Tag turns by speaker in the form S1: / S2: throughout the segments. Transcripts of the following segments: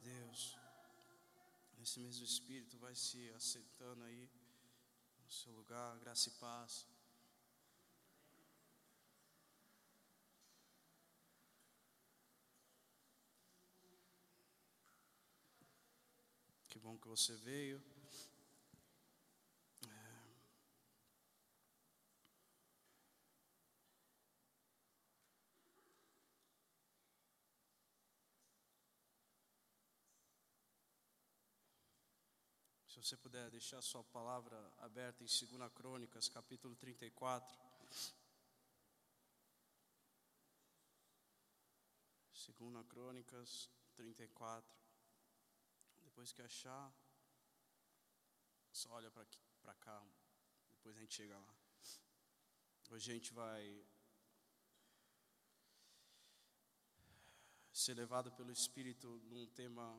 S1: Deus. Nesse mesmo Espírito vai se assentando aí no seu lugar, graça e paz. Que bom que você veio. Se você puder deixar sua palavra aberta em 2 Crônicas, capítulo 34. 2 Crônicas 34. Depois que achar, só olha para cá, depois a gente chega lá. Hoje a gente vai ser levado pelo Espírito num tema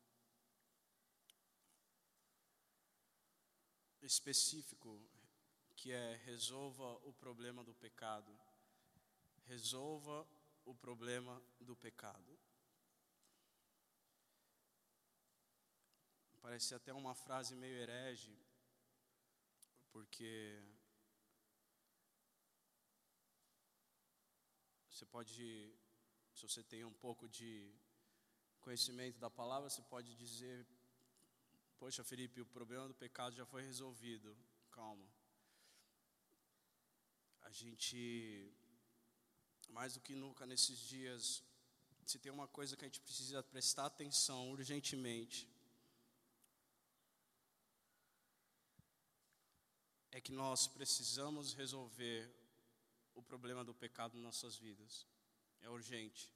S1: específico, que é resolva o problema do pecado. Resolva o problema do pecado. Parece até uma frase meio herege, porque você pode, se você tem um pouco de conhecimento da palavra, você pode dizer: poxa, Felipe, o problema do pecado já foi resolvido. Calma. A gente, mais do que nunca nesses dias, se tem uma coisa que a gente precisa prestar atenção urgentemente, é que nós precisamos resolver o problema do pecado em nossas vidas. É urgente.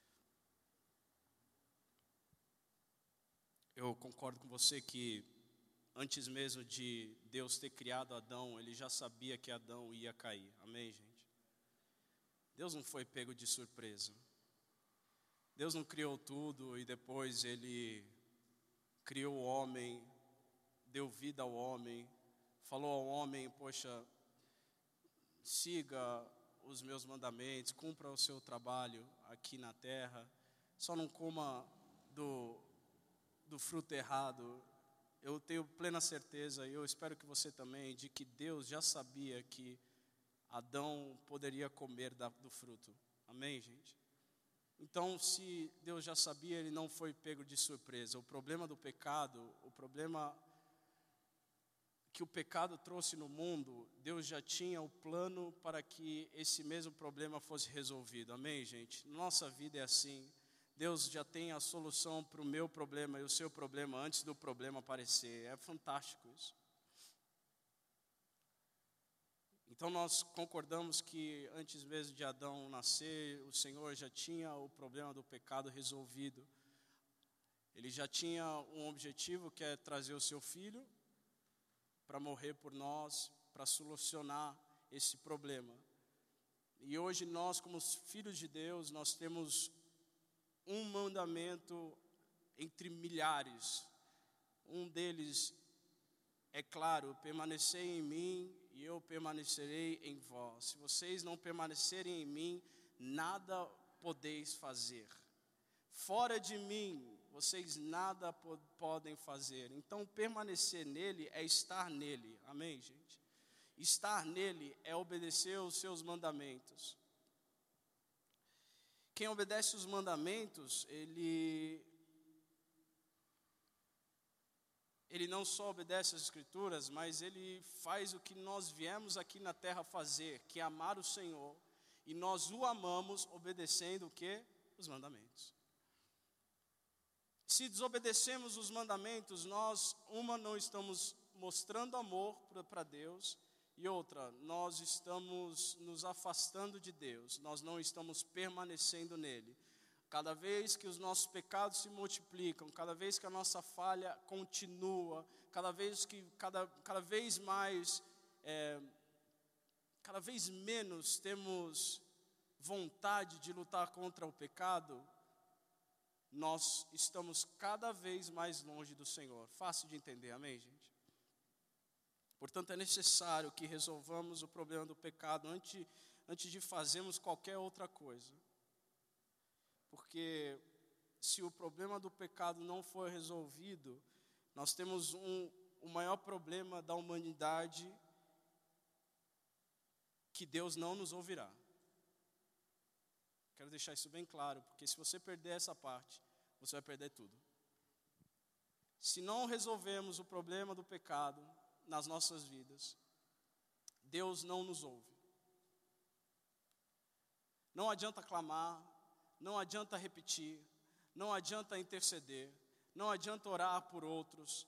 S1: Eu concordo com você que antes mesmo de Deus ter criado Adão, Ele já sabia que Adão ia cair. Amém, gente? Deus não foi pego de surpresa. Deus não criou tudo e depois Ele criou o homem, deu vida ao homem, falou ao homem: poxa, siga os meus mandamentos, cumpra o seu trabalho aqui na terra, só não coma do fruto errado. Eu tenho plena certeza, e eu espero que você também, de que Deus já sabia que Adão poderia comer do fruto. Amém, gente? Então, se Deus já sabia, Ele não foi pego de surpresa. O problema do pecado, o problema que o pecado trouxe no mundo, Deus já tinha o plano para que esse mesmo problema fosse resolvido. Amém, gente? Nossa vida é assim. Deus já tem a solução para o meu problema e o seu problema antes do problema aparecer. É fantástico isso. Então nós concordamos que antes mesmo de Adão nascer, o Senhor já tinha o problema do pecado resolvido. Ele já tinha um objetivo, que é trazer o seu filho para morrer por nós, para solucionar esse problema. E hoje nós, como filhos de Deus, nós temos um mandamento entre milhares. Um deles é claro: permanecei em mim e eu permanecerei em vós. Se vocês não permanecerem em mim, nada podeis fazer. Fora de mim, vocês nada podem fazer. Então, permanecer nele é estar nele. Amém, gente? Estar nele é obedecer os seus mandamentos. Quem obedece os mandamentos, ele não só obedece às Escrituras, mas ele faz o que nós viemos aqui na terra fazer, que é amar o Senhor. E nós o amamos obedecendo o quê? Os mandamentos. Se desobedecemos os mandamentos, nós, não estamos mostrando amor para Deus, e outra, nós estamos nos afastando de Deus, nós não estamos permanecendo nele. Cada vez que os nossos pecados se multiplicam, cada vez que a nossa falha continua, cada vez mais, cada vez menos temos vontade de lutar contra o pecado, nós estamos cada vez mais longe do Senhor. Fácil de entender, amém, gente? Portanto, é necessário que resolvamos o problema do pecado antes de fazermos qualquer outra coisa. Porque se o problema do pecado não for resolvido, nós temos o maior problema da humanidade, que Deus não nos ouvirá. Quero deixar isso bem claro, porque se você perder essa parte, você vai perder tudo. Se não resolvermos o problema do pecado nas nossas vidas, Deus não nos ouve. Não adianta clamar, não adianta repetir, não adianta interceder, não adianta orar por outros.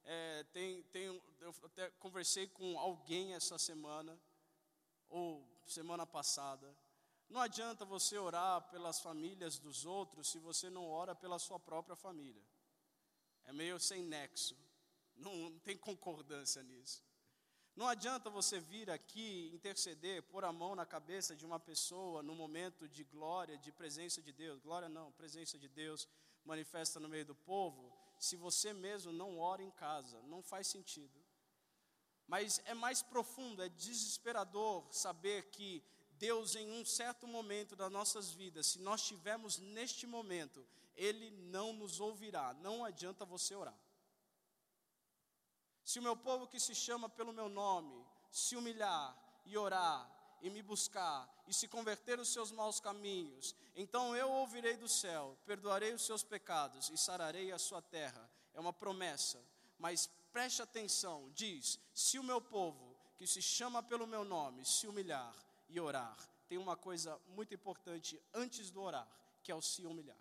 S1: Eu até conversei com alguém essa semana, ou semana passada. Não adianta você orar pelas famílias dos outros se você não ora pela sua própria família. É meio sem nexo, não tem concordância nisso. Não adianta você vir aqui interceder, pôr a mão na cabeça de uma pessoa no momento de glória, de presença de Deus. Glória não, presença de Deus manifesta no meio do povo, se você mesmo não ora em casa. Não faz sentido. Mas é mais profundo, é desesperador saber que Deus, em um certo momento das nossas vidas, se nós estivermos neste momento, Ele não nos ouvirá. Não adianta você orar. Se o meu povo que se chama pelo meu nome se humilhar e orar e me buscar e se converter os seus maus caminhos, então eu ouvirei do céu, perdoarei os seus pecados e sararei a sua terra. É uma promessa, mas preste atenção, diz, se o meu povo que se chama pelo meu nome se humilhar e orar, tem uma coisa muito importante antes do orar, que é o se humilhar.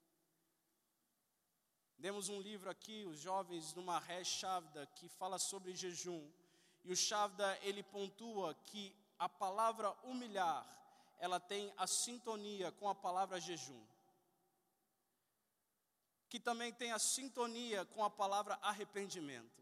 S1: Demos um livro aqui, os jovens, numa Shavda, que fala sobre jejum. E o Shavda, ele pontua que a palavra humilhar, ela tem a sintonia com a palavra jejum. Que também tem a sintonia com a palavra arrependimento.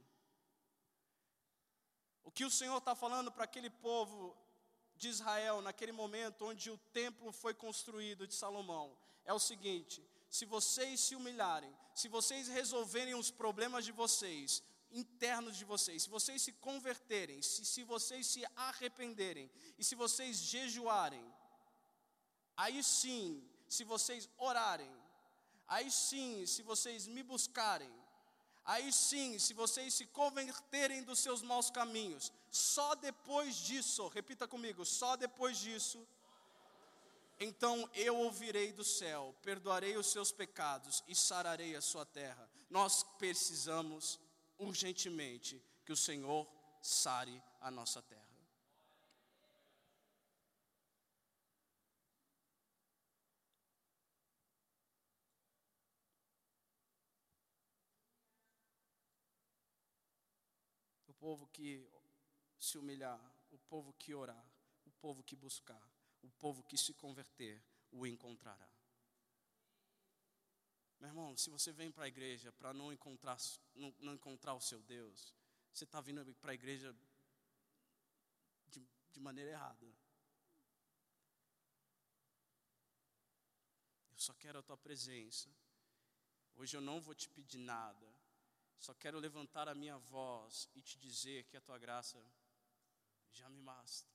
S1: O que o Senhor está falando para aquele povo de Israel, naquele momento onde o templo foi construído de Salomão, é o seguinte: se vocês se humilharem, se vocês resolverem os problemas de vocês, internos de vocês, se vocês se converterem, se vocês se arrependerem, e se vocês jejuarem, aí sim, se vocês orarem, aí sim, se vocês me buscarem, aí sim, se vocês se converterem dos seus maus caminhos, só depois disso, repita comigo, só depois disso, então eu ouvirei do céu, perdoarei os seus pecados e sararei a sua terra. Nós precisamos urgentemente que o Senhor sare a nossa terra. O povo que se humilhar, o povo que orar, o povo que buscar, o povo que se converter, o encontrará. Meu irmão, se você vem para a igreja para não encontrar o seu Deus, você está vindo para a igreja de maneira errada. Eu só quero a tua presença. Hoje eu não vou te pedir nada. Só quero levantar a minha voz e te dizer que a tua graça já me basta.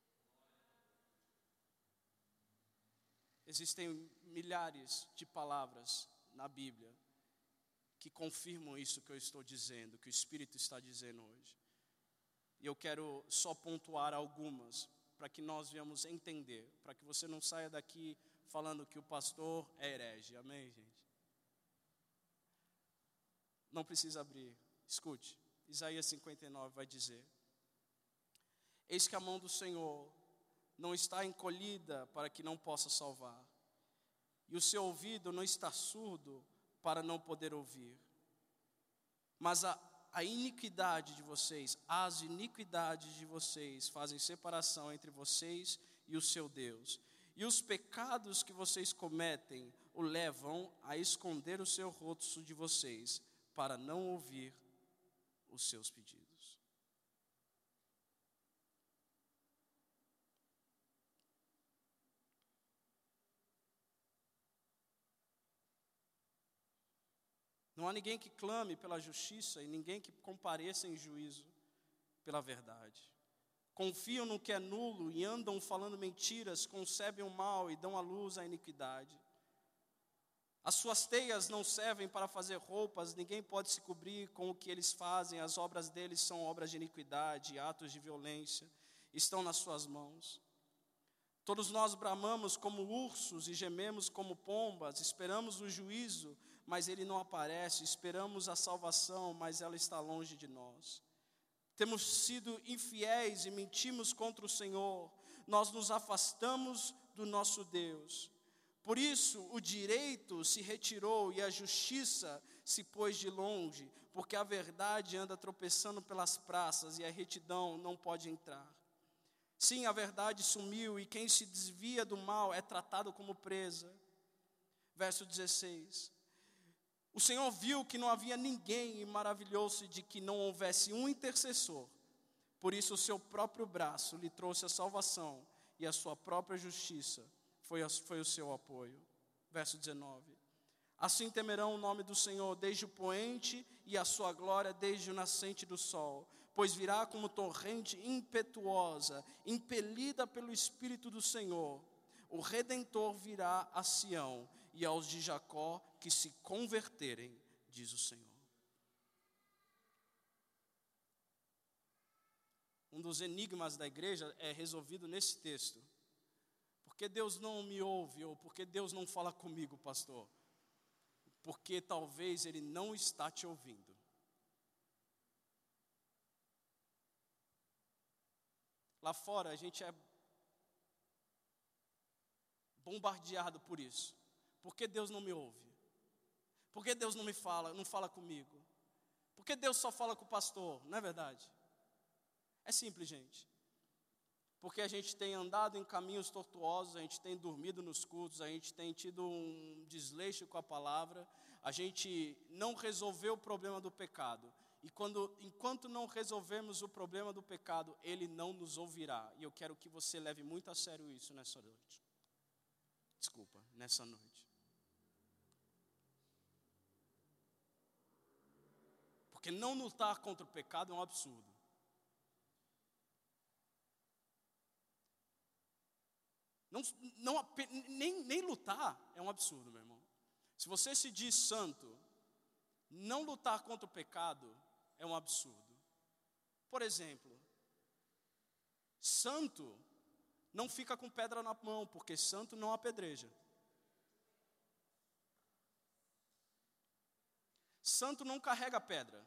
S1: Existem milhares de palavras na Bíblia que confirmam isso que eu estou dizendo, que o Espírito está dizendo hoje. E eu quero só pontuar algumas, para que nós venhamos entender, para que você não saia daqui falando que o pastor é herege. Amém, gente? Não precisa abrir, escute. Isaías 59 vai dizer: eis que a mão do Senhor não está encolhida para que não possa salvar, e o seu ouvido não está surdo para não poder ouvir. Mas a iniquidade de vocês, as iniquidades de vocês fazem separação entre vocês e o seu Deus. E os pecados que vocês cometem o levam a esconder o seu rosto de vocês, para não ouvir os seus pedidos. Não há ninguém que clame pela justiça e ninguém que compareça em juízo pela verdade. Confiam no que é nulo e andam falando mentiras, concebem o mal e dão à luz a iniquidade. As suas teias não servem para fazer roupas, ninguém pode se cobrir com o que eles fazem. As obras deles são obras de iniquidade, atos de violência, estão nas suas mãos. Todos nós bramamos como ursos e gememos como pombas, esperamos o juízo, mas ele não aparece, esperamos a salvação, mas ela está longe de nós. Temos sido infiéis e mentimos contra o Senhor, nós nos afastamos do nosso Deus. Por isso o direito se retirou e a justiça se pôs de longe, porque a verdade anda tropeçando pelas praças e a retidão não pode entrar. Sim, a verdade sumiu e quem se desvia do mal é tratado como presa. Verso 16. O Senhor viu que não havia ninguém e maravilhou-se de que não houvesse um intercessor. Por isso o seu próprio braço lhe trouxe a salvação e a sua própria justiça foi o seu apoio. Verso 19. Assim temerão o nome do Senhor desde o poente e a sua glória desde o nascente do sol. Pois virá como torrente impetuosa, impelida pelo Espírito do Senhor. O Redentor virá a Sião e aos de Jacó que se converterem, diz o Senhor. Um dos enigmas da igreja é resolvido nesse texto. Por que Deus não me ouve? Ou por que Deus não fala comigo, pastor? Porque talvez Ele não está te ouvindo. Lá fora a gente é bombardeado por isso. Por que Deus não me ouve? Por que Deus não fala comigo? Por que Deus só fala com o pastor? Não é verdade? É simples, gente. Porque a gente tem andado em caminhos tortuosos, a gente tem dormido nos cultos, a gente tem tido um desleixo com a palavra, a gente não resolveu o problema do pecado. E enquanto não resolvermos o problema do pecado, Ele não nos ouvirá. E eu quero que você leve muito a sério isso nessa noite. Nessa noite. Porque não lutar contra o pecado é um absurdo. Nem lutar é um absurdo, meu irmão. Se você se diz santo, não lutar contra o pecado é um absurdo. Por exemplo, santo não fica com pedra na mão, porque santo não apedreja. Santo não carrega pedra.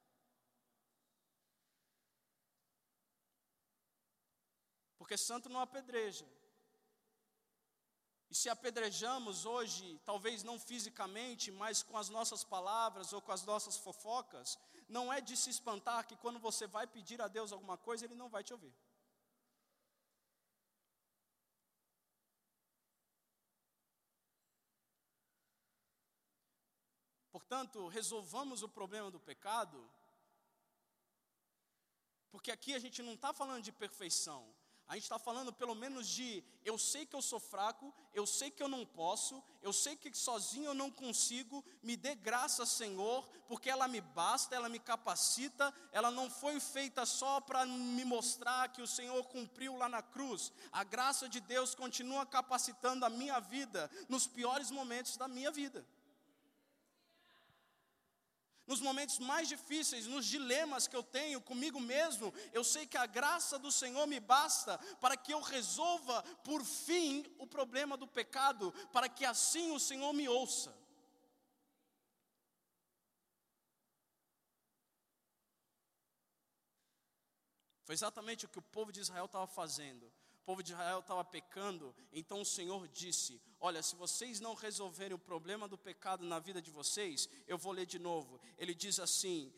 S1: Porque santo não apedreja. E se apedrejamos hoje, talvez não fisicamente, mas com as nossas palavras ou com as nossas fofocas, não é de se espantar que quando você vai pedir a Deus alguma coisa, Ele não vai te ouvir. Portanto, resolvamos o problema do pecado, porque aqui a gente não está falando de perfeição. A gente está falando pelo menos de, eu sei que eu sou fraco, eu sei que eu não posso, eu sei que sozinho eu não consigo, me dê graça, Senhor, porque ela me basta, ela me capacita, ela não foi feita só para me mostrar que o Senhor cumpriu lá na cruz. A graça de Deus continua capacitando a minha vida nos piores momentos da minha vida. Nos momentos mais difíceis, nos dilemas que eu tenho comigo mesmo, eu sei que a graça do Senhor me basta para que eu resolva, por fim, o problema do pecado, para que assim o Senhor me ouça. Foi exatamente o que o povo de Israel estava fazendo. O povo de Israel estava pecando, então o Senhor disse: olha, se vocês não resolverem o problema do pecado na vida de vocês, eu vou ler de novo. Ele diz assim,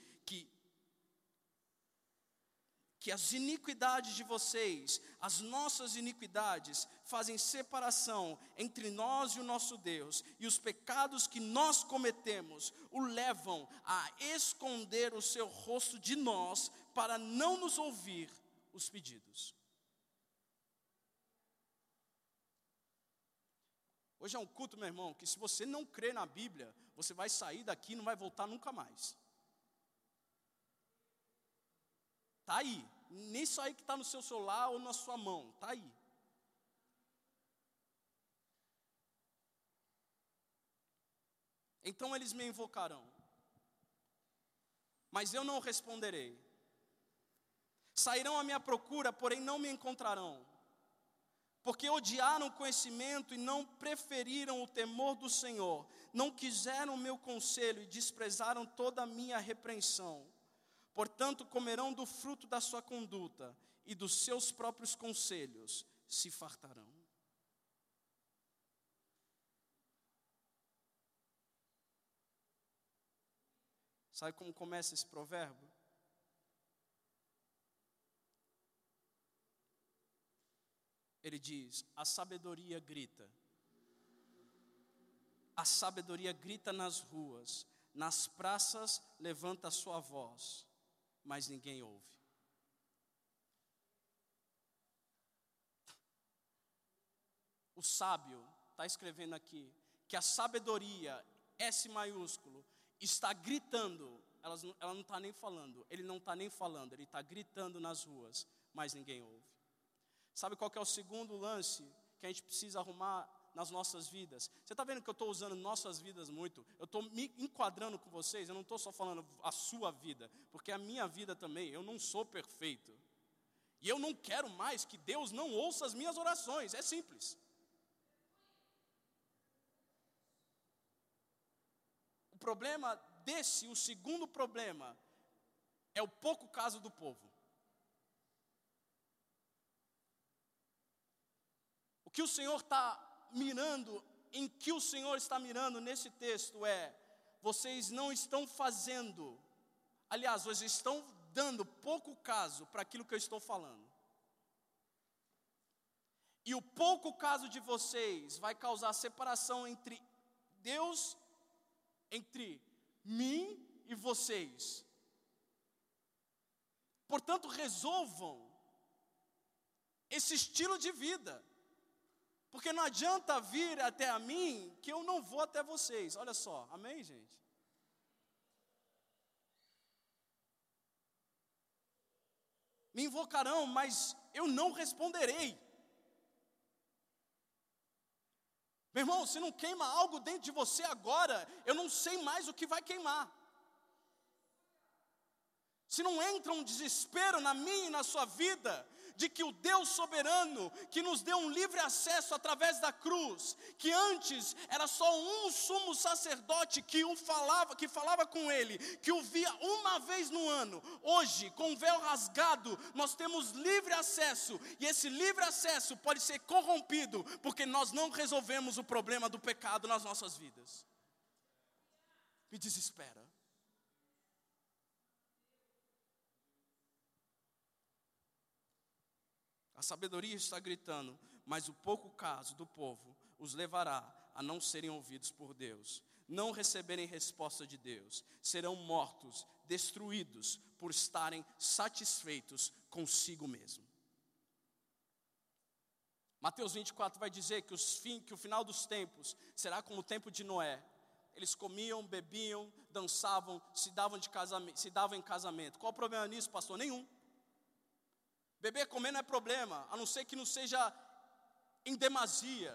S1: que as iniquidades de vocês, as nossas iniquidades, fazem separação entre nós e o nosso Deus, e os pecados que nós cometemos o levam a esconder o seu rosto de nós, para não nos ouvir os pedidos. Hoje é um culto, meu irmão, que se você não crê na Bíblia, você vai sair daqui e não vai voltar nunca mais. Está aí, nisso aí que está no seu celular ou na sua mão, está aí. Então eles me invocarão, mas eu não responderei. Sairão à minha procura, porém não me encontrarão, porque odiaram o conhecimento e não preferiram o temor do Senhor, não quiseram o meu conselho e desprezaram toda a minha repreensão. Portanto, comerão do fruto da sua conduta e dos seus próprios conselhos se fartarão. Sabe como começa esse provérbio? Ele diz: a sabedoria grita. A sabedoria grita nas ruas, nas praças levanta a sua voz, mas ninguém ouve. O sábio está escrevendo aqui que a sabedoria, S maiúsculo, está gritando. Ela não está nem falando, ele não está nem falando, ele está gritando nas ruas, mas ninguém ouve. Sabe qual que é o segundo lance que a gente precisa arrumar nas nossas vidas? Você está vendo que eu estou usando nossas vidas muito? Eu estou me enquadrando com vocês, eu não estou só falando a sua vida, porque a minha vida também, eu não sou perfeito. E eu não quero mais que Deus não ouça as minhas orações, é simples. O problema o segundo problema, é o pouco caso do povo. O que o Senhor está mirando, em que o Senhor está mirando nesse texto é: vocês não estão fazendo, aliás, vocês estão dando pouco caso para aquilo que eu estou falando. E o pouco caso de vocês vai causar separação entre Deus, entre mim e vocês. Portanto, resolvam esse estilo de vida. Porque não adianta vir até a mim, que eu não vou até vocês. Olha só, amém, gente? Me invocarão, mas eu não responderei. Meu irmão, se não queima algo dentro de você agora, eu não sei mais o que vai queimar. Se não entra um desespero na minha e na sua vida, de que o Deus soberano, que nos deu um livre acesso através da cruz, que antes era só um sumo sacerdote que falava com ele, que o via uma vez no ano, hoje, com o véu rasgado, nós temos livre acesso, e esse livre acesso pode ser corrompido, porque nós não resolvemos o problema do pecado nas nossas vidas. Me desespera. A sabedoria está gritando, mas o pouco caso do povo os levará a não serem ouvidos por Deus, não receberem resposta de Deus, serão mortos, destruídos por estarem satisfeitos consigo mesmo. Mateus 24 vai dizer que o final dos tempos será como o tempo de Noé. Eles comiam, bebiam, dançavam, se davam em casamento. Qual o problema nisso, pastor? Nenhum. Beber, comer não é problema, a não ser que não seja em demasia.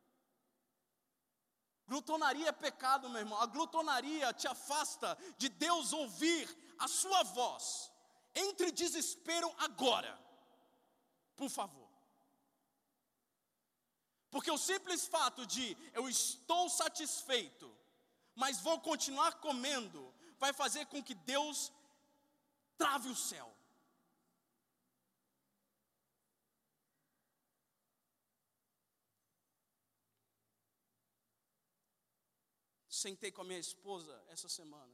S1: Glutonaria é pecado, meu irmão. A glutonaria te afasta de Deus ouvir a sua voz. Entre desespero agora, por favor. Porque o simples fato de eu estou satisfeito, mas vou continuar comendo, vai fazer com que Deus trave o céu. Sentei com a minha esposa essa semana.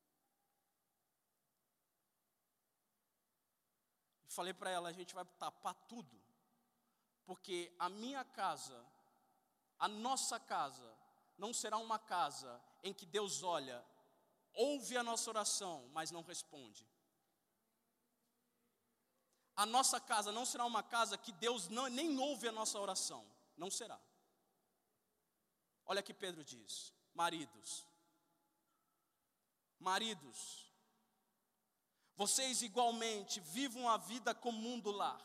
S1: E falei para ela, a gente vai tapar tudo. Porque a minha casa, a nossa casa, não será uma casa em que Deus olha, ouve a nossa oração, mas não responde. A nossa casa não será uma casa que Deus nem ouve a nossa oração. Não será. Olha que Pedro diz. Maridos, vocês igualmente vivam a vida comum do lar,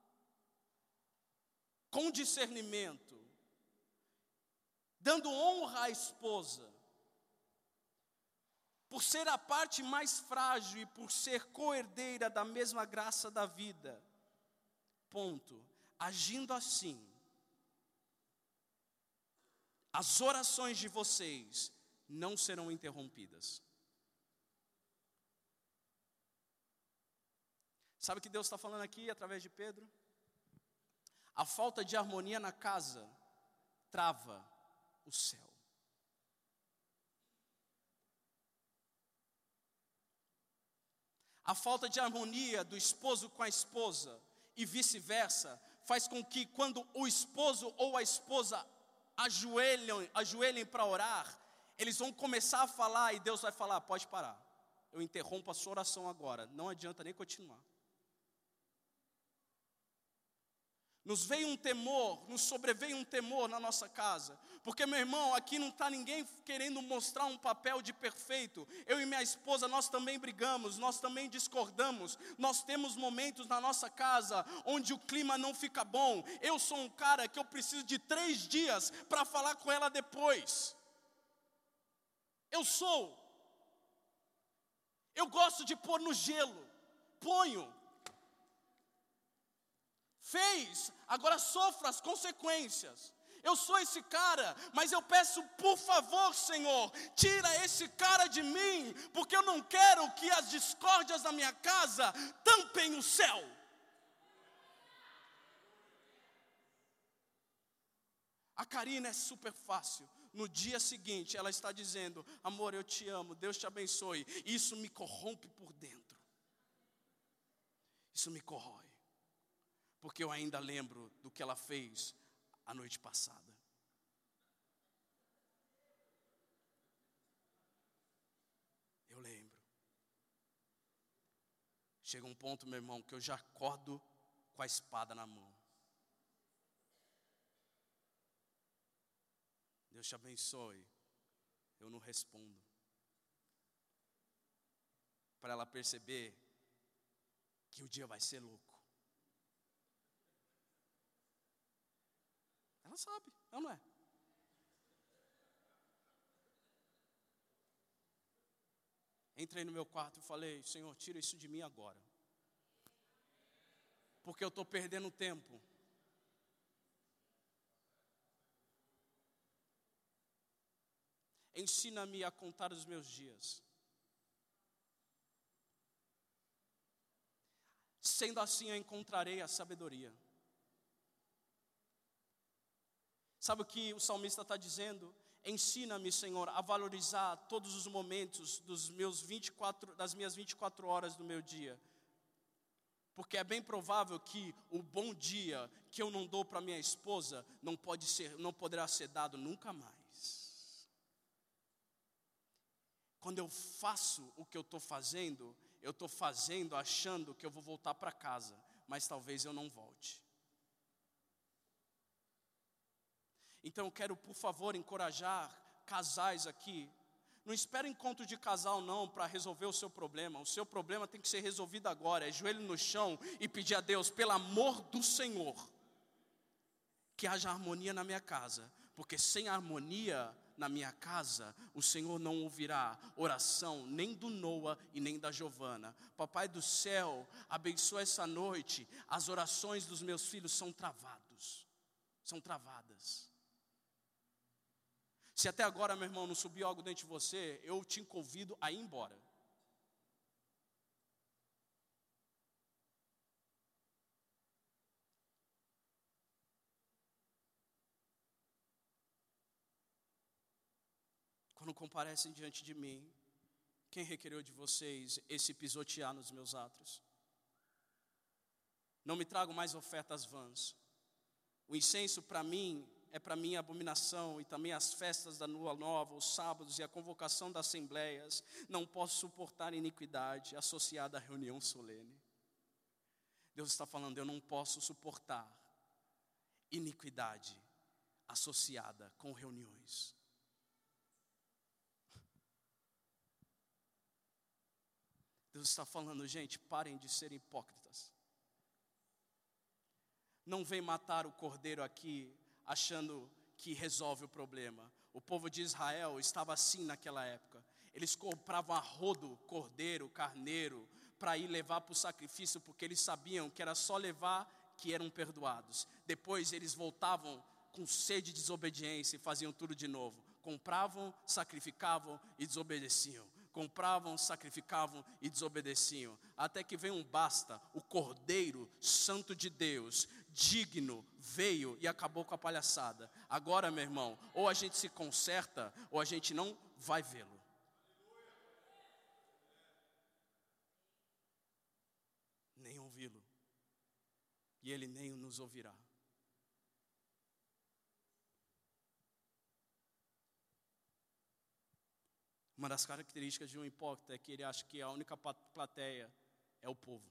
S1: com discernimento, dando honra à esposa, por ser a parte mais frágil e por ser co-herdeira da mesma graça da vida. Ponto. Agindo assim, as orações de vocês não serão interrompidas. Sabe o que Deus está falando aqui através de Pedro? A falta de harmonia na casa trava o céu. A falta de harmonia do esposo com a esposa e vice-versa faz com que quando o esposo ou a esposa ajoelhem para orar, eles vão começar a falar e Deus vai falar: pode parar, eu interrompo a sua oração agora, não adianta nem continuar. Nos sobreveio um temor na nossa casa, porque, meu irmão, aqui não está ninguém querendo mostrar um papel de perfeito. Eu e minha esposa, nós também brigamos, nós também discordamos, nós temos momentos na nossa casa onde o clima não fica bom. Eu sou um cara que eu preciso de 3 dias para falar com ela depois. Eu gosto de pôr no gelo, ponho. Fez, agora sofra as consequências. Eu sou esse cara, mas eu peço, por favor, Senhor, tira esse cara de mim, porque eu não quero que as discórdias da minha casa tampem o céu. A Karina é super fácil. No dia seguinte, ela está dizendo: amor, eu te amo, Deus te abençoe. Isso me corrompe por dentro. Isso me corrói. Porque eu ainda lembro do que ela fez a noite passada. Eu lembro. Chega um ponto, meu irmão, que eu já acordo com a espada na mão. Deus te abençoe. Eu não respondo. Para ela perceber que o dia vai ser louco. Ela sabe, ela não é? Entrei no meu quarto e falei: Senhor, tira isso de mim agora. Porque eu estou perdendo tempo. Ensina-me a contar os meus dias. Sendo assim, eu encontrarei a sabedoria. Sabe o que o salmista está dizendo? Ensina-me, Senhor, a valorizar todos os momentos das minhas 24 horas do meu dia. Porque é bem provável que o bom dia que eu não dou para minha esposa não poderá ser dado nunca mais. Quando eu faço o que eu estou fazendo achando que eu vou voltar para casa, mas talvez eu não volte. Então eu quero, por favor, encorajar casais aqui. Não espere encontro de casal não para resolver o seu problema. O seu problema tem que ser resolvido agora. É joelho no chão e pedir a Deus, pelo amor do Senhor, que haja harmonia na minha casa. Porque sem harmonia na minha casa, o Senhor não ouvirá oração nem do Noah e nem da Giovana. Papai do céu, abençoa essa noite. As orações dos meus filhos são travadas. Se até agora, meu irmão, não subiu algo dentro de você, eu te convido a ir embora. Quando comparecem diante de mim, quem requereu de vocês esse pisotear nos meus atos? Não me tragam mais ofertas vãs. O incenso para mim é para mim abominação, e também as festas da lua nova, os sábados e a convocação das assembleias. Não posso suportar iniquidade associada à reunião solene. Deus está falando, eu não posso suportar iniquidade associada com reuniões. Deus está falando, gente, parem de ser hipócritas. Não vem matar o cordeiro aqui achando que resolve o problema. O povo de Israel estava assim naquela época. Eles compravam a rodo, cordeiro, carneiro, para ir levar para o sacrifício, porque eles sabiam que era só levar que eram perdoados. Depois eles voltavam com sede de desobediência e faziam tudo de novo. Compravam, sacrificavam e desobedeciam. Compravam, sacrificavam e desobedeciam. Até que veio um basta, o Cordeiro Santo de Deus, digno, veio e acabou com a palhaçada. Agora, meu irmão, ou a gente se conserta, ou a gente não vai vê-lo. Nem ouvi-lo. E ele nem nos ouvirá. Uma das características de um hipócrita é que ele acha que a única plateia é o povo.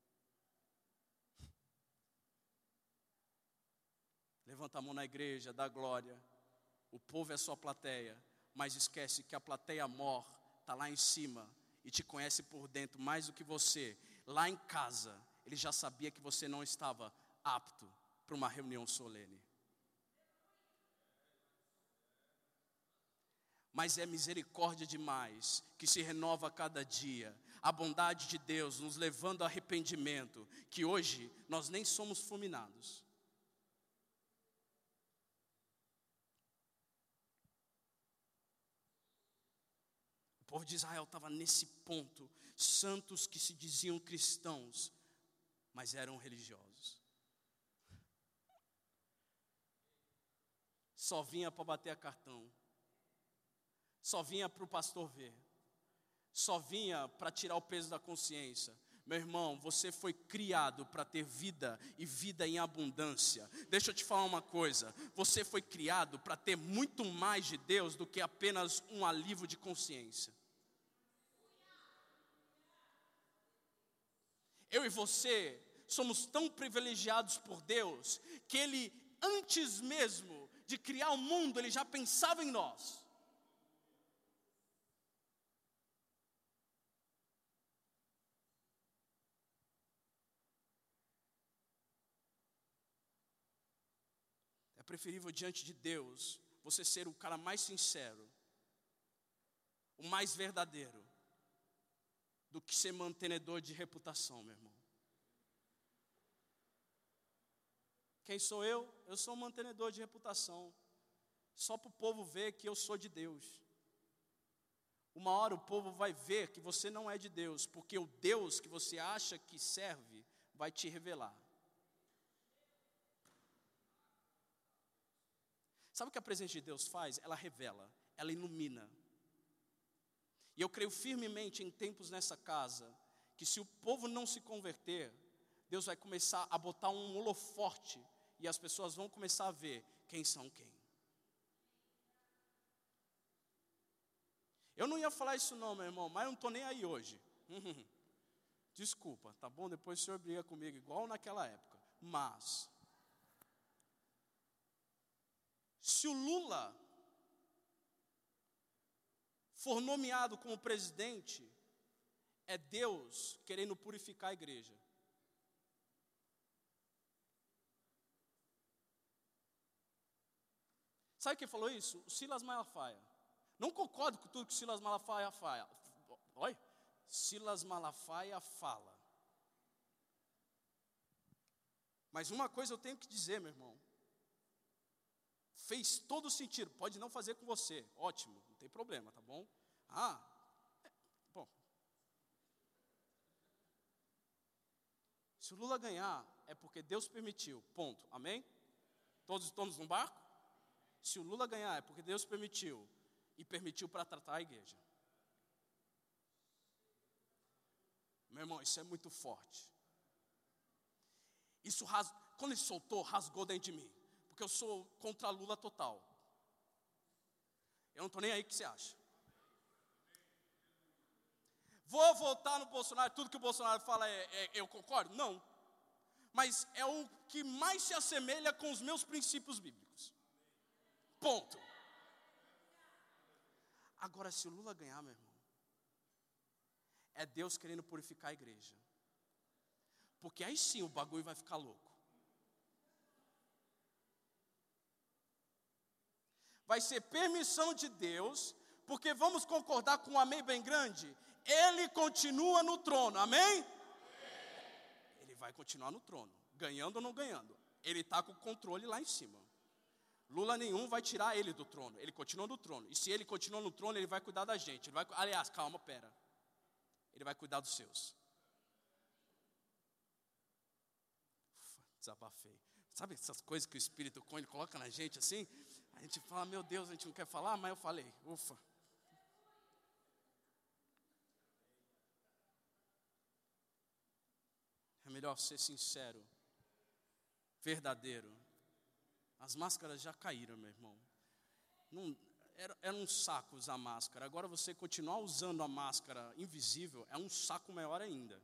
S1: Levanta a mão na igreja, dá glória. O povo é sua plateia, mas esquece que a plateia mor está lá em cima e te conhece por dentro mais do que você. Lá em casa, ele já sabia que você não estava apto para uma reunião solene. Mas é misericórdia demais, que se renova a cada dia. A bondade de Deus nos levando ao arrependimento, que hoje nós nem somos fulminados. O povo de Israel estava nesse ponto. Santos que se diziam cristãos, mas eram religiosos. Só vinha para bater a cartão. Só vinha para o pastor ver. Só vinha para tirar o peso da consciência. Meu irmão, você foi criado para ter vida e vida em abundância. Deixa eu te falar uma coisa. Você foi criado para ter muito mais de Deus do que apenas um alívio de consciência. Eu e você somos tão privilegiados por Deus que Ele, antes mesmo de criar o mundo, Ele já pensava em nós. É preferível diante de Deus você ser o cara mais sincero, o mais verdadeiro, do que ser mantenedor de reputação, meu irmão. Quem sou eu? Eu sou um mantenedor de reputação. Só para o povo ver que eu sou de Deus. Uma hora o povo vai ver que você não é de Deus, porque o Deus que você acha que serve vai te revelar. Sabe o que a presença de Deus faz? Ela revela, ela ilumina. E eu creio firmemente em tempos nessa casa, que se o povo não se converter, Deus vai começar a botar um holofote, e as pessoas vão começar a ver quem são quem. Eu não ia falar isso não, meu irmão, mas eu não estou nem aí hoje. Desculpa, tá bom? Depois o senhor briga comigo, igual naquela época. Mas, se o Lula for nomeado como presidente, é Deus querendo purificar a igreja. Sabe quem falou isso? O Silas Malafaia. Não concordo com tudo que Silas Malafaia fala. Oi? Silas Malafaia fala. Mas uma coisa eu tenho que dizer, meu irmão. Fez todo sentido. Pode não fazer com você. Ótimo, não tem problema, tá bom? Bom. Se o Lula ganhar, é porque Deus permitiu. Ponto. Amém? Todos estamos no barco? Se o Lula ganhar, é porque Deus permitiu. E permitiu para tratar a igreja. Meu irmão, isso é muito forte. Isso quando ele soltou, rasgou dentro de mim. Porque eu sou contra Lula total. Eu não estou nem aí o que você acha. Vou votar no Bolsonaro, tudo que o Bolsonaro fala eu concordo? Não. Mas é o que mais se assemelha com os meus princípios bíblicos. Ponto. Agora, se o Lula ganhar, meu irmão, é Deus querendo purificar a igreja. Porque aí sim o bagulho vai ficar louco. Vai ser permissão de Deus Porque vamos concordar com um amém bem grande? Ele continua no trono, amém? Ele vai continuar no trono, ganhando ou não ganhando. Ele está com o controle lá em cima. Lula nenhum vai tirar ele do trono, ele continua no trono. E se ele continua no trono, ele vai cuidar da gente. Aliás, calma, pera. Ele vai cuidar dos seus. Desabafei. Sabe essas coisas que o Espírito ele coloca na gente assim? A gente fala, meu Deus, a gente não quer falar, mas eu falei, ufa. É melhor ser sincero, verdadeiro. As máscaras já caíram, meu irmão. Não, era um saco usar máscara. Agora você continuar usando a máscara invisível é um saco maior ainda.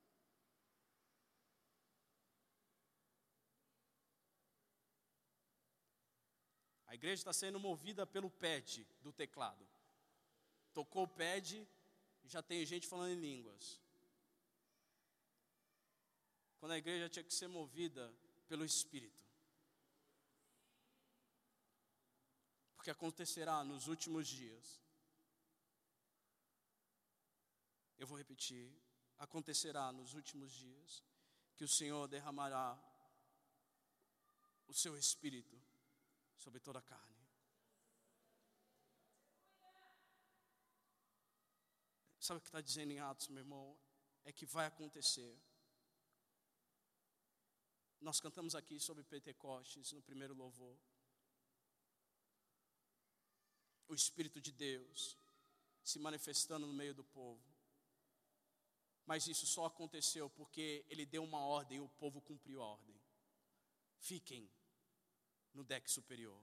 S1: A igreja está sendo movida pelo pad do teclado. Tocou o pad, já tem gente falando em línguas. Quando a igreja tinha que ser movida pelo Espírito. Porque acontecerá nos últimos dias. Eu vou repetir. Acontecerá nos últimos dias que o Senhor derramará o seu Espírito sobre toda a carne. Sabe o que está dizendo em Atos, meu irmão? É que vai acontecer. Nós cantamos aqui sobre Pentecostes no primeiro louvor. O Espírito de Deus se manifestando no meio do povo. Mas isso só aconteceu porque ele deu uma ordem e o povo cumpriu a ordem. Fiquem no deck superior.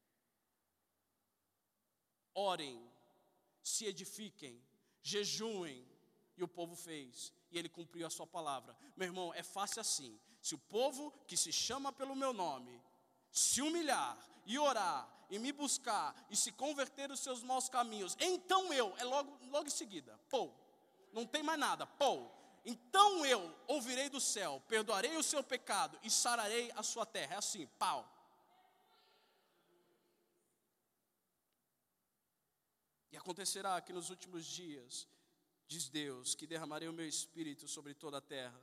S1: Orem, se edifiquem, jejuem. E o povo fez. E ele cumpriu a sua palavra. Meu irmão, é fácil assim. Se o povo que se chama pelo meu nome se humilhar e orar e me buscar e se converter dos seus maus caminhos, então logo em seguida, não tem mais nada, então eu ouvirei do céu, perdoarei o seu pecado e sararei a sua terra. É assim, pau. E acontecerá que nos últimos dias, diz Deus, que derramarei o meu Espírito sobre toda a terra.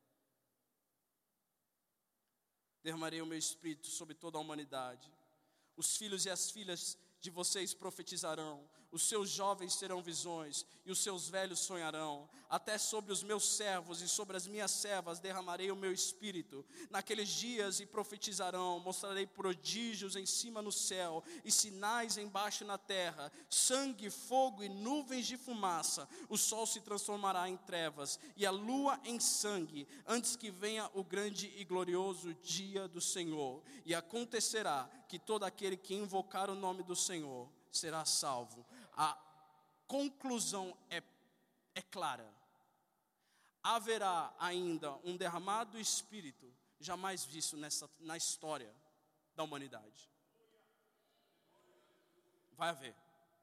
S1: Derramarei o meu Espírito sobre toda a humanidade. Os filhos e as filhas de vocês profetizarão, os seus jovens terão visões e os seus velhos sonharão. Até sobre os meus servos e sobre as minhas servas derramarei o meu Espírito. Naqueles dias e profetizarão, mostrarei prodígios em cima no céu e sinais embaixo na terra, sangue, fogo e nuvens de fumaça. O sol se transformará em trevas e a lua em sangue, antes que venha o grande e glorioso dia do Senhor. E acontecerá que todo aquele que invocar o nome do Senhor será salvo. A conclusão é clara. Haverá ainda um derramado Espírito jamais visto na história da humanidade. Vai haver.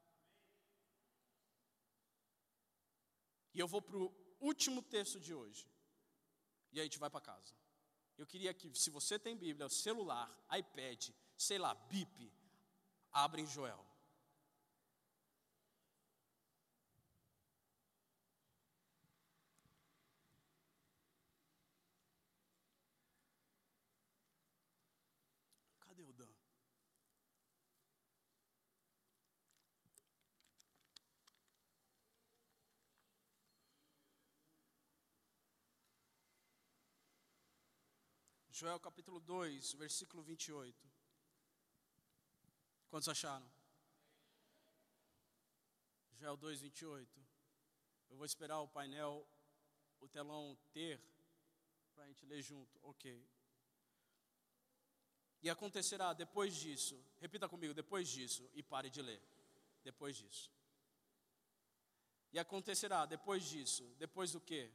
S1: E eu vou para o último texto de hoje. E aí a gente vai para casa. Eu queria que, se você tem Bíblia, celular, iPad, sei lá, bip, abre em Joel. Cadê o Dan? Joel capítulo 2, versículo 28. Quantos acharam? Joel 2, 28. Eu vou esperar o painel, o telão ter, para a gente ler junto. Ok. E acontecerá depois disso, repita comigo, depois disso, e pare de ler. Depois disso. E acontecerá depois disso, depois do quê?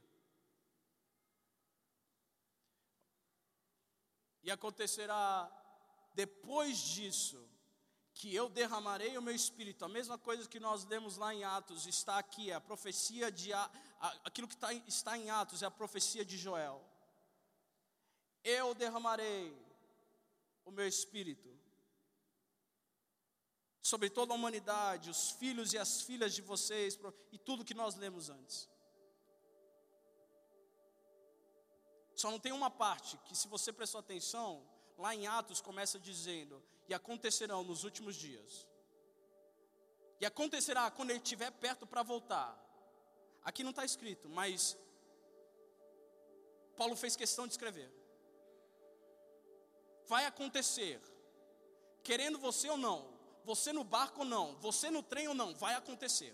S1: E acontecerá depois disso, que eu derramarei o meu Espírito. A mesma coisa que nós lemos lá em Atos, está aqui, é a profecia aquilo que está em Atos, é a profecia de Joel. Eu derramarei o meu Espírito. sobre toda a humanidade, os filhos e as filhas de vocês, e tudo que nós lemos antes. Só não tem uma parte que, se você prestou atenção, lá em Atos começa dizendo: e acontecerão nos últimos dias. E acontecerá quando ele estiver perto para voltar. Aqui não está escrito, mas Paulo fez questão de escrever. Vai acontecer, querendo você ou não, você no barco ou não, você no trem ou não, vai acontecer.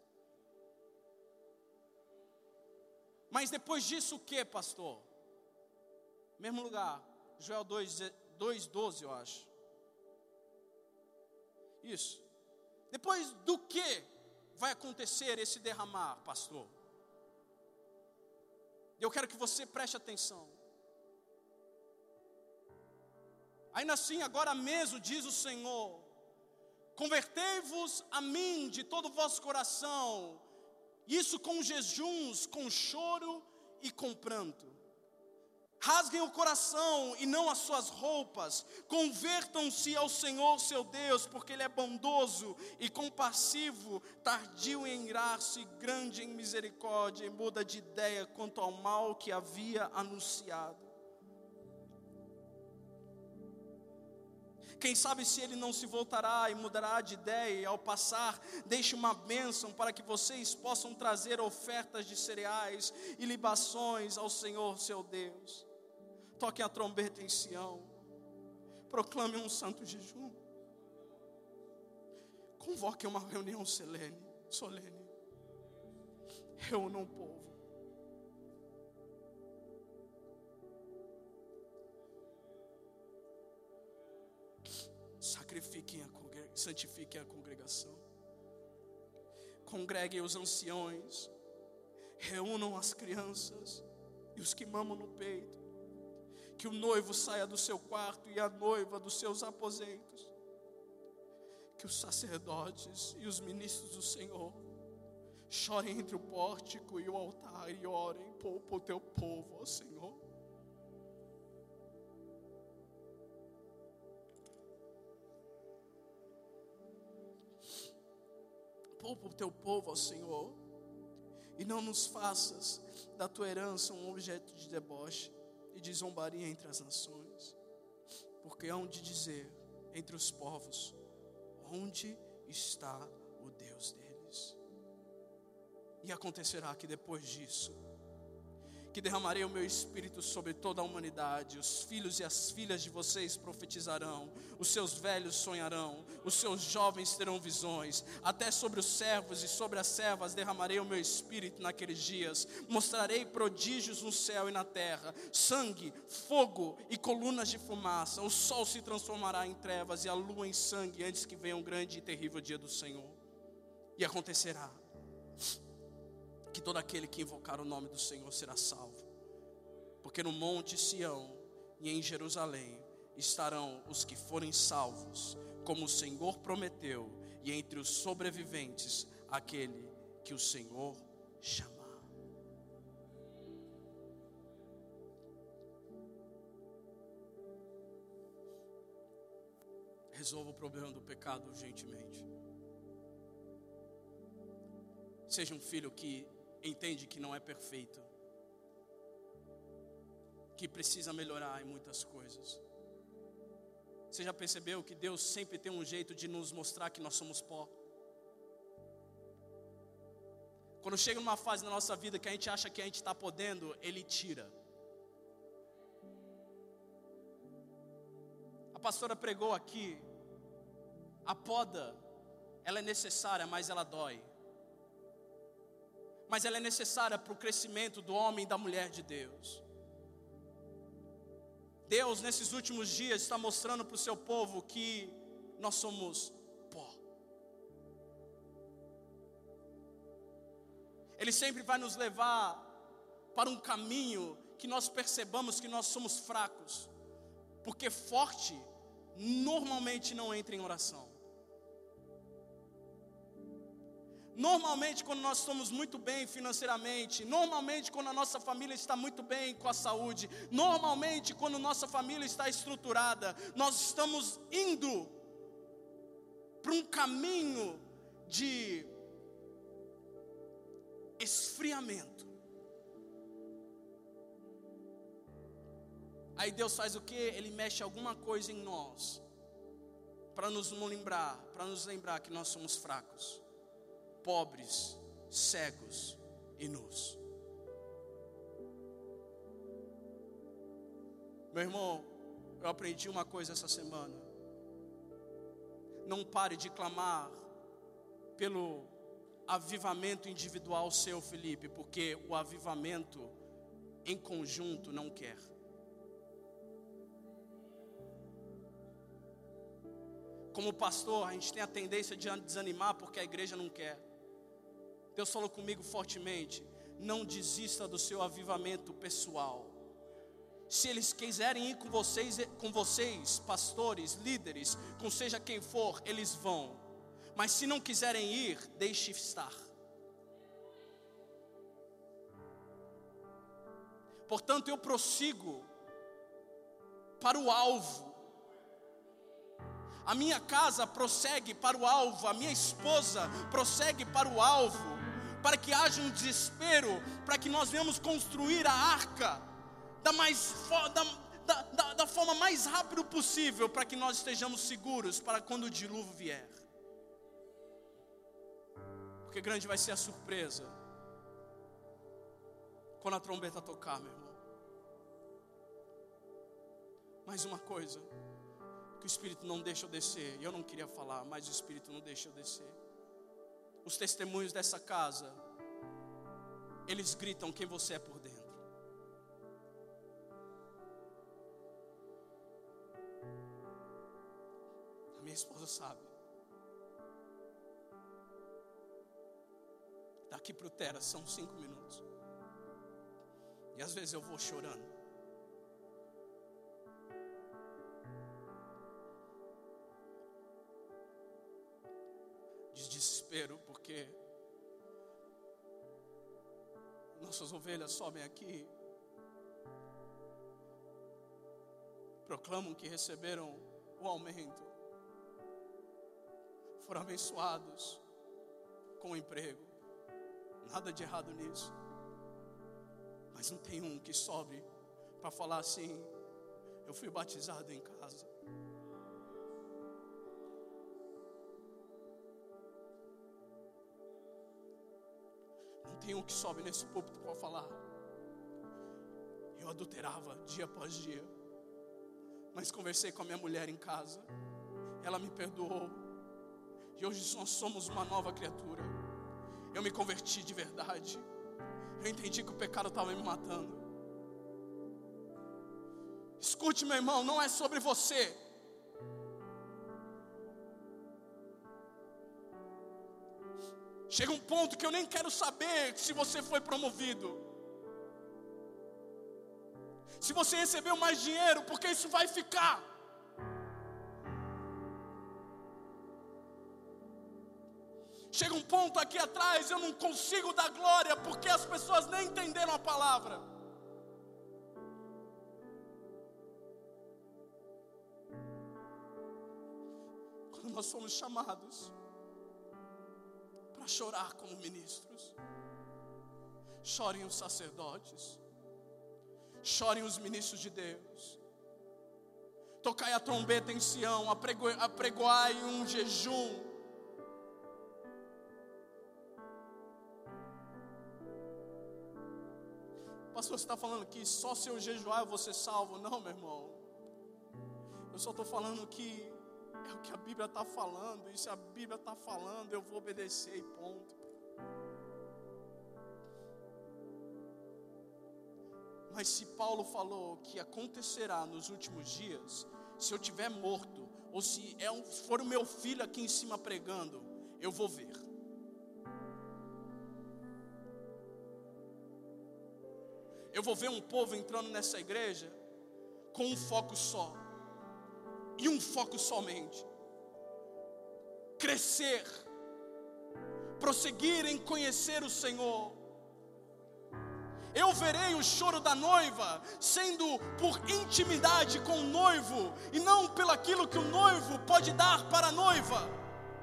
S1: Mas depois disso o que, pastor? Mesmo lugar, Joel 2:12, eu acho. Isso. Depois do que vai acontecer esse derramar, pastor? Eu quero que você preste atenção. Ainda assim, agora mesmo, diz o Senhor: convertei-vos a mim de todo o vosso coração, isso com jejuns, com choro e com pranto. Rasguem o coração e não as suas roupas, convertam-se ao Senhor seu Deus, porque Ele é bondoso e compassivo, tardio em irar-se, grande em misericórdia, e muda de ideia quanto ao mal que havia anunciado. Quem sabe se ele não se voltará e mudará de ideia, e ao passar, deixe uma bênção para que vocês possam trazer ofertas de cereais e libações ao Senhor seu Deus. Toquem a trombeta em Sião, proclame um santo jejum, convoquem uma reunião solene, reúnam o povo. Santifiquem a congregação, congreguem os anciões, reúnam as crianças e os que mamam no peito, que o noivo saia do seu quarto e a noiva dos seus aposentos, que os sacerdotes e os ministros do Senhor chorem entre o pórtico e o altar e orem: poupa o teu povo, ó Senhor. Poupa o teu povo, ó Senhor, e não nos faças da tua herança um objeto de deboche e de zombaria entre as nações, porque hão de dizer entre os povos: onde está o Deus deles? E acontecerá que depois disso, que derramarei o meu espírito sobre toda a humanidade, os filhos e as filhas de vocês profetizarão, os seus velhos sonharão, os seus jovens terão visões, até sobre os servos e sobre as servas derramarei o meu espírito naqueles dias, mostrarei prodígios no céu e na terra, sangue, fogo e colunas de fumaça, o sol se transformará em trevas e a lua em sangue, antes que venha um grande e terrível dia do Senhor. E acontecerá que todo aquele que invocar o nome do Senhor será salvo, porque no monte Sião e em Jerusalém estarão os que forem salvos, como o Senhor prometeu, e entre os sobreviventes aquele que o Senhor chamar. Resolva o problema do pecado urgentemente. Seja um filho que entende que não é perfeito, que precisa melhorar em muitas coisas. Você já percebeu que Deus sempre tem um jeito de nos mostrar que nós somos pó? Quando chega numa fase na nossa vida que a gente acha que a gente está podendo, Ele tira. A pastora pregou aqui: a poda, ela é necessária, mas ela dói. Mas ela é necessária para o crescimento do homem e da mulher de Deus. Deus, nesses últimos dias, está mostrando para o seu povo que nós somos pó. Ele sempre vai nos levar para um caminho que nós percebamos que nós somos fracos, porque forte normalmente não entra em oração. Normalmente, quando nós estamos muito bem financeiramente, normalmente quando a nossa família está muito bem com a saúde, normalmente quando nossa família está estruturada, nós estamos indo para um caminho de esfriamento. Aí Deus faz o quê? Ele mexe alguma coisa em nós, para nos lembrar que nós somos fracos, pobres, cegos e nus. Meu irmão, eu aprendi uma coisa essa semana. Não pare de clamar pelo avivamento individual seu, Felipe, porque o avivamento em conjunto não quer. Como pastor, a gente tem a tendência de desanimar porque a igreja não quer. Deus falou comigo fortemente: não desista do seu avivamento pessoal. Se eles quiserem ir com vocês, pastores, líderes, com seja quem for, eles vão. Mas se não quiserem ir, deixe estar. Portanto, eu prossigo para o alvo. A minha casa prossegue para o alvo, a minha esposa prossegue para o alvo, para que haja um desespero, para que nós venhamos construir a arca da forma mais rápida possível, para que nós estejamos seguros para quando o dilúvio vier. Porque grande vai ser a surpresa quando a trombeta tocar, meu irmão. Mais uma coisa que o Espírito não deixa eu descer, e eu não queria falar, mas o Espírito não deixa eu descer. Os testemunhos dessa casa, eles gritam quem você é por dentro. A minha esposa sabe. Daqui para o Tera são 5 minutos. E às vezes eu vou chorando. De desespero, porque nossas ovelhas sobem aqui, proclamam que receberam o aumento, foram abençoados com o emprego. Nada de errado nisso. Mas não tem um que sobe para falar assim: eu fui batizado em casa. Não tem um que sobe nesse púlpito para falar: eu adulterava dia após dia, mas conversei com a minha mulher em casa, ela me perdoou, e hoje nós somos uma nova criatura. Eu me converti de verdade. Eu entendi que o pecado estava me matando. Escute, meu irmão, não é sobre você. Chega um ponto que eu nem quero saber se você foi promovido, se você recebeu mais dinheiro, porque isso vai ficar. Chega um ponto aqui atrás, eu não consigo dar glória, porque as pessoas nem entenderam a palavra. Quando nós somos chamados para chorar como ministros, chorem os sacerdotes, chorem os ministros de Deus. Tocai a trombeta em Sião, apregoai um jejum. Pastor, você está falando que só se eu jejuar eu vou ser salvo? Não, meu irmão. Eu só estou falando que é o que a Bíblia está falando. E se a Bíblia está falando, eu vou obedecer e ponto. Mas se Paulo falou que acontecerá nos últimos dias, se eu estiver morto, ou se for o meu filho aqui em cima pregando, eu vou ver. Eu vou ver um povo entrando nessa igreja com um foco só, e um foco somente: crescer, prosseguir em conhecer o Senhor. Eu verei o choro da noiva sendo por intimidade com o noivo, e não pelo aquilo que o noivo pode dar para a noiva.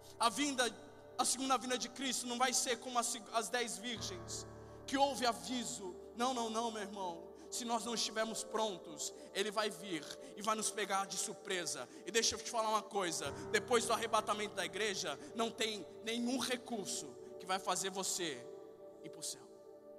S1: A segunda vinda de Cristo não vai ser como as 10 virgens, que houve aviso. Não, meu irmão. Se nós não estivermos prontos, Ele vai vir e vai nos pegar de surpresa. E deixa eu te falar uma coisa: depois do arrebatamento da igreja, não tem nenhum recurso que vai fazer você ir para o céu.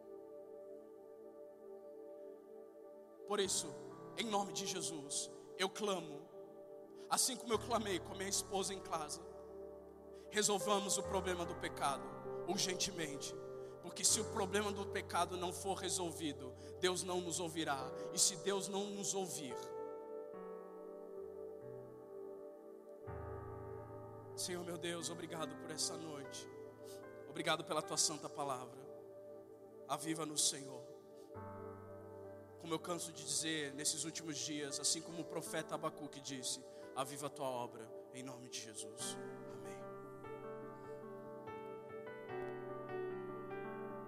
S1: Por isso, em nome de Jesus, eu clamo, assim como eu clamei com a minha esposa em casa, resolvamos o problema do pecado urgentemente. Porque se o problema do pecado não for resolvido, Deus não nos ouvirá. E se Deus não nos ouvir, Senhor meu Deus, obrigado por essa noite. Obrigado pela tua santa palavra. Aviva-nos, Senhor. Como eu canso de dizer nesses últimos dias, assim como o profeta Abacuque disse: aviva a tua obra, em nome de Jesus.